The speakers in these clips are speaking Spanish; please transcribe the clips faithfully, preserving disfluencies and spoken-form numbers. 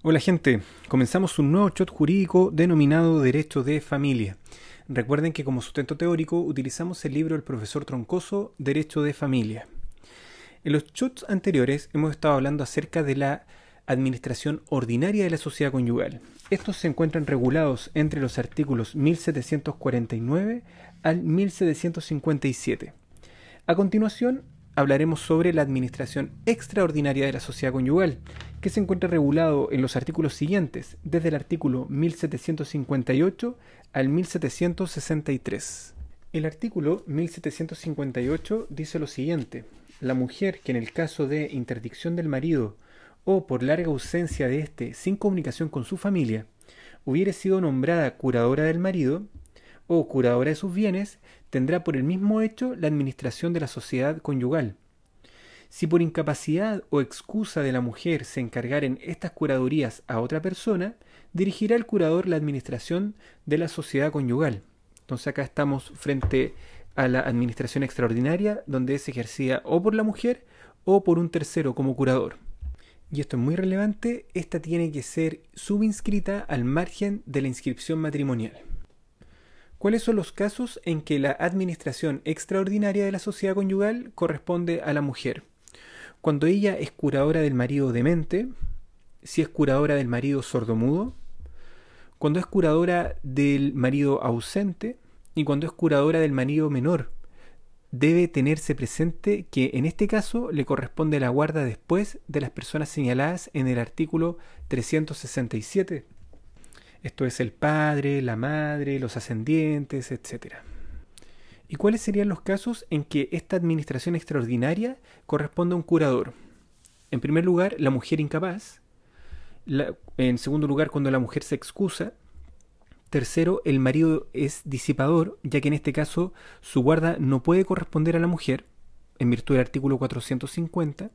Hola gente, comenzamos un nuevo shot jurídico denominado Derecho de Familia. Recuerden que como sustento teórico utilizamos el libro del profesor Troncoso, Derecho de Familia. En los shots anteriores hemos estado hablando acerca de la administración ordinaria de la sociedad conyugal. Estos se encuentran regulados entre los artículos mil setecientos cuarenta y nueve al mil setecientos cincuenta y siete. A continuación, hablaremos sobre la administración extraordinaria de la sociedad conyugal, que se encuentra regulado en los artículos siguientes, desde el artículo mil setecientos cincuenta y ocho al mil setecientos sesenta y tres. El artículo mil setecientos cincuenta y ocho dice lo siguiente: la mujer que en el caso de interdicción del marido o por larga ausencia de éste sin comunicación con su familia, hubiere sido nombrada curadora del marido o curadora de sus bienes, tendrá por el mismo hecho la administración de la sociedad conyugal. Si por incapacidad o excusa de la mujer se encargaren estas curadurías a otra persona, dirigirá el curador la administración de la sociedad conyugal. Entonces acá estamos frente a la administración extraordinaria, donde es ejercida o por la mujer o por un tercero como curador. Y esto es muy relevante, esta tiene que ser subinscrita al margen de la inscripción matrimonial. ¿Cuáles son los casos en que la administración extraordinaria de la sociedad conyugal corresponde a la mujer? Cuando ella es curadora del marido demente, si es curadora del marido sordomudo, cuando es curadora del marido ausente y cuando es curadora del marido menor. Debe tenerse presente que en este caso le corresponde la guarda después de las personas señaladas en el artículo trescientos sesenta y siete. Esto es el padre, la madre, los ascendientes, etcétera. ¿Y cuáles serían los casos en que esta administración extraordinaria corresponde a un curador? En primer lugar, la mujer incapaz. La, en segundo lugar, cuando la mujer se excusa. Tercero, el marido es disipador, ya que en este caso su guarda no puede corresponder a la mujer, en virtud del artículo cuatrocientos cincuenta.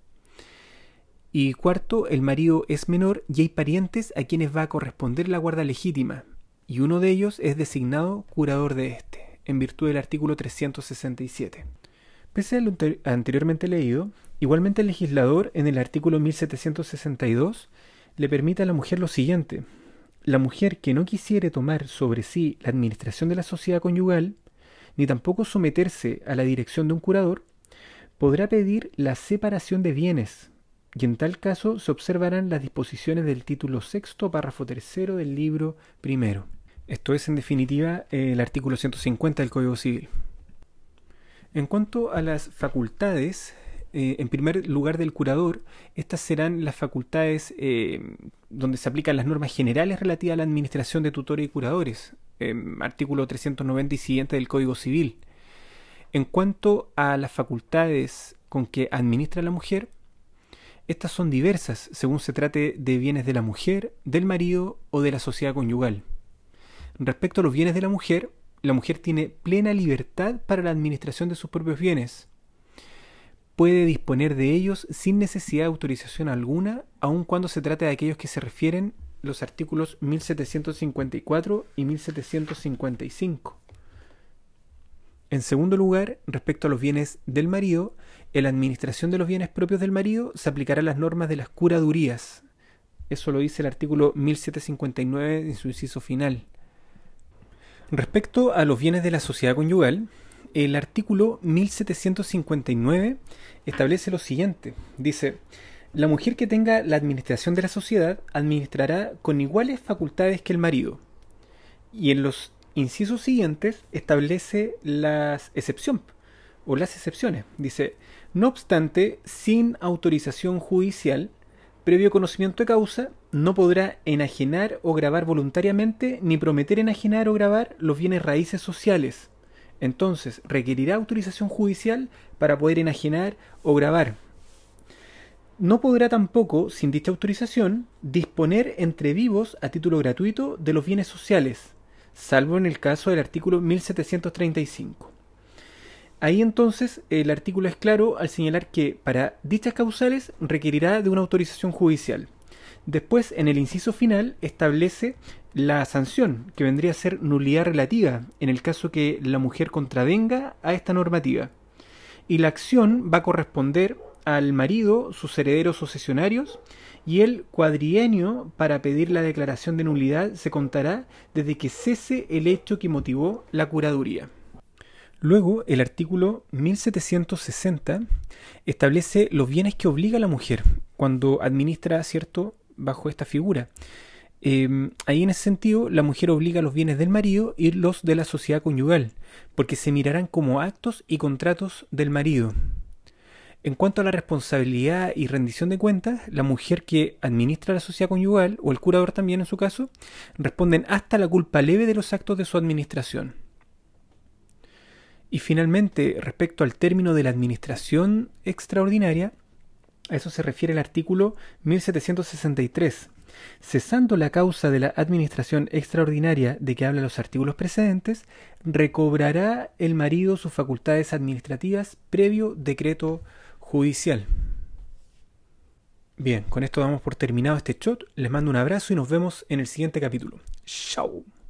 Y cuarto, el marido es menor y hay parientes a quienes va a corresponder la guarda legítima, y uno de ellos es designado curador de éste, en virtud del artículo trescientos sesenta y siete. Pese a lo anteriormente leído, igualmente el legislador en el artículo mil setecientos sesenta y dos le permite a la mujer lo siguiente: la mujer que no quisiere tomar sobre sí la administración de la sociedad conyugal, ni tampoco someterse a la dirección de un curador, podrá pedir la separación de bienes, y en tal caso se observarán las disposiciones del título sexto, párrafo tercero del libro primero. Esto es, en definitiva, el artículo ciento cincuenta del Código Civil. En cuanto a las facultades, eh, en primer lugar del curador, estas serán las facultades eh, donde se aplican las normas generales relativas a la administración de tutores y curadores, eh, artículo trescientos noventa y siguiente del Código Civil. En cuanto a las facultades con que administra la mujer, estas son diversas según se trate de bienes de la mujer, del marido o de la sociedad conyugal. Respecto a los bienes de la mujer, la mujer tiene plena libertad para la administración de sus propios bienes. Puede disponer de ellos sin necesidad de autorización alguna, aun cuando se trate de aquellos que se refieren los artículos mil setecientos cincuenta y cuatro y mil setecientos cincuenta y cinco. En segundo lugar, respecto a los bienes del marido, en la administración de los bienes propios del marido se aplicarán las normas de las curadurías. Eso lo dice el artículo mil setecientos cincuenta y nueve en su inciso final. Respecto a los bienes de la sociedad conyugal, el artículo mil setecientos cincuenta y nueve establece lo siguiente. Dice: la mujer que tenga la administración de la sociedad administrará con iguales facultades que el marido. Y en los incisos siguientes establece las excepciones o las excepciones. Dice: no obstante, sin autorización judicial, previo conocimiento de causa, no podrá enajenar o gravar voluntariamente ni prometer enajenar o gravar los bienes raíces sociales. Entonces, requerirá autorización judicial para poder enajenar o gravar. No podrá tampoco, sin dicha autorización, disponer entre vivos a título gratuito de los bienes sociales, salvo en el caso del artículo mil setecientos treinta y cinco. Ahí entonces el artículo es claro al señalar que para dichas causales requerirá de una autorización judicial. Después, en el inciso final, establece la sanción, que vendría a ser nulidad relativa, en el caso que la mujer contravenga a esta normativa. Y la acción va a corresponder al marido sus herederos sucesionarios, y el cuadrienio para pedir la declaración de nulidad se contará desde que cese el hecho que motivó la curaduría. Luego, el artículo mil setecientos sesenta establece los bienes que obliga a la mujer cuando administra, ¿cierto?, bajo esta figura. Eh, ahí en ese sentido, la mujer obliga los bienes del marido y los de la sociedad conyugal, porque se mirarán como actos y contratos del marido. En cuanto a la responsabilidad y rendición de cuentas, la mujer que administra la sociedad conyugal, o el curador también en su caso, responden hasta la culpa leve de los actos de su administración. Y finalmente, respecto al término de la administración extraordinaria, a eso se refiere el artículo mil setecientos sesenta y tres. Cesando la causa de la administración extraordinaria de que hablan los artículos precedentes, recobrará el marido sus facultades administrativas previo decreto judicial. Bien, con esto damos por terminado este shot. Les mando un abrazo y nos vemos en el siguiente capítulo. Chao.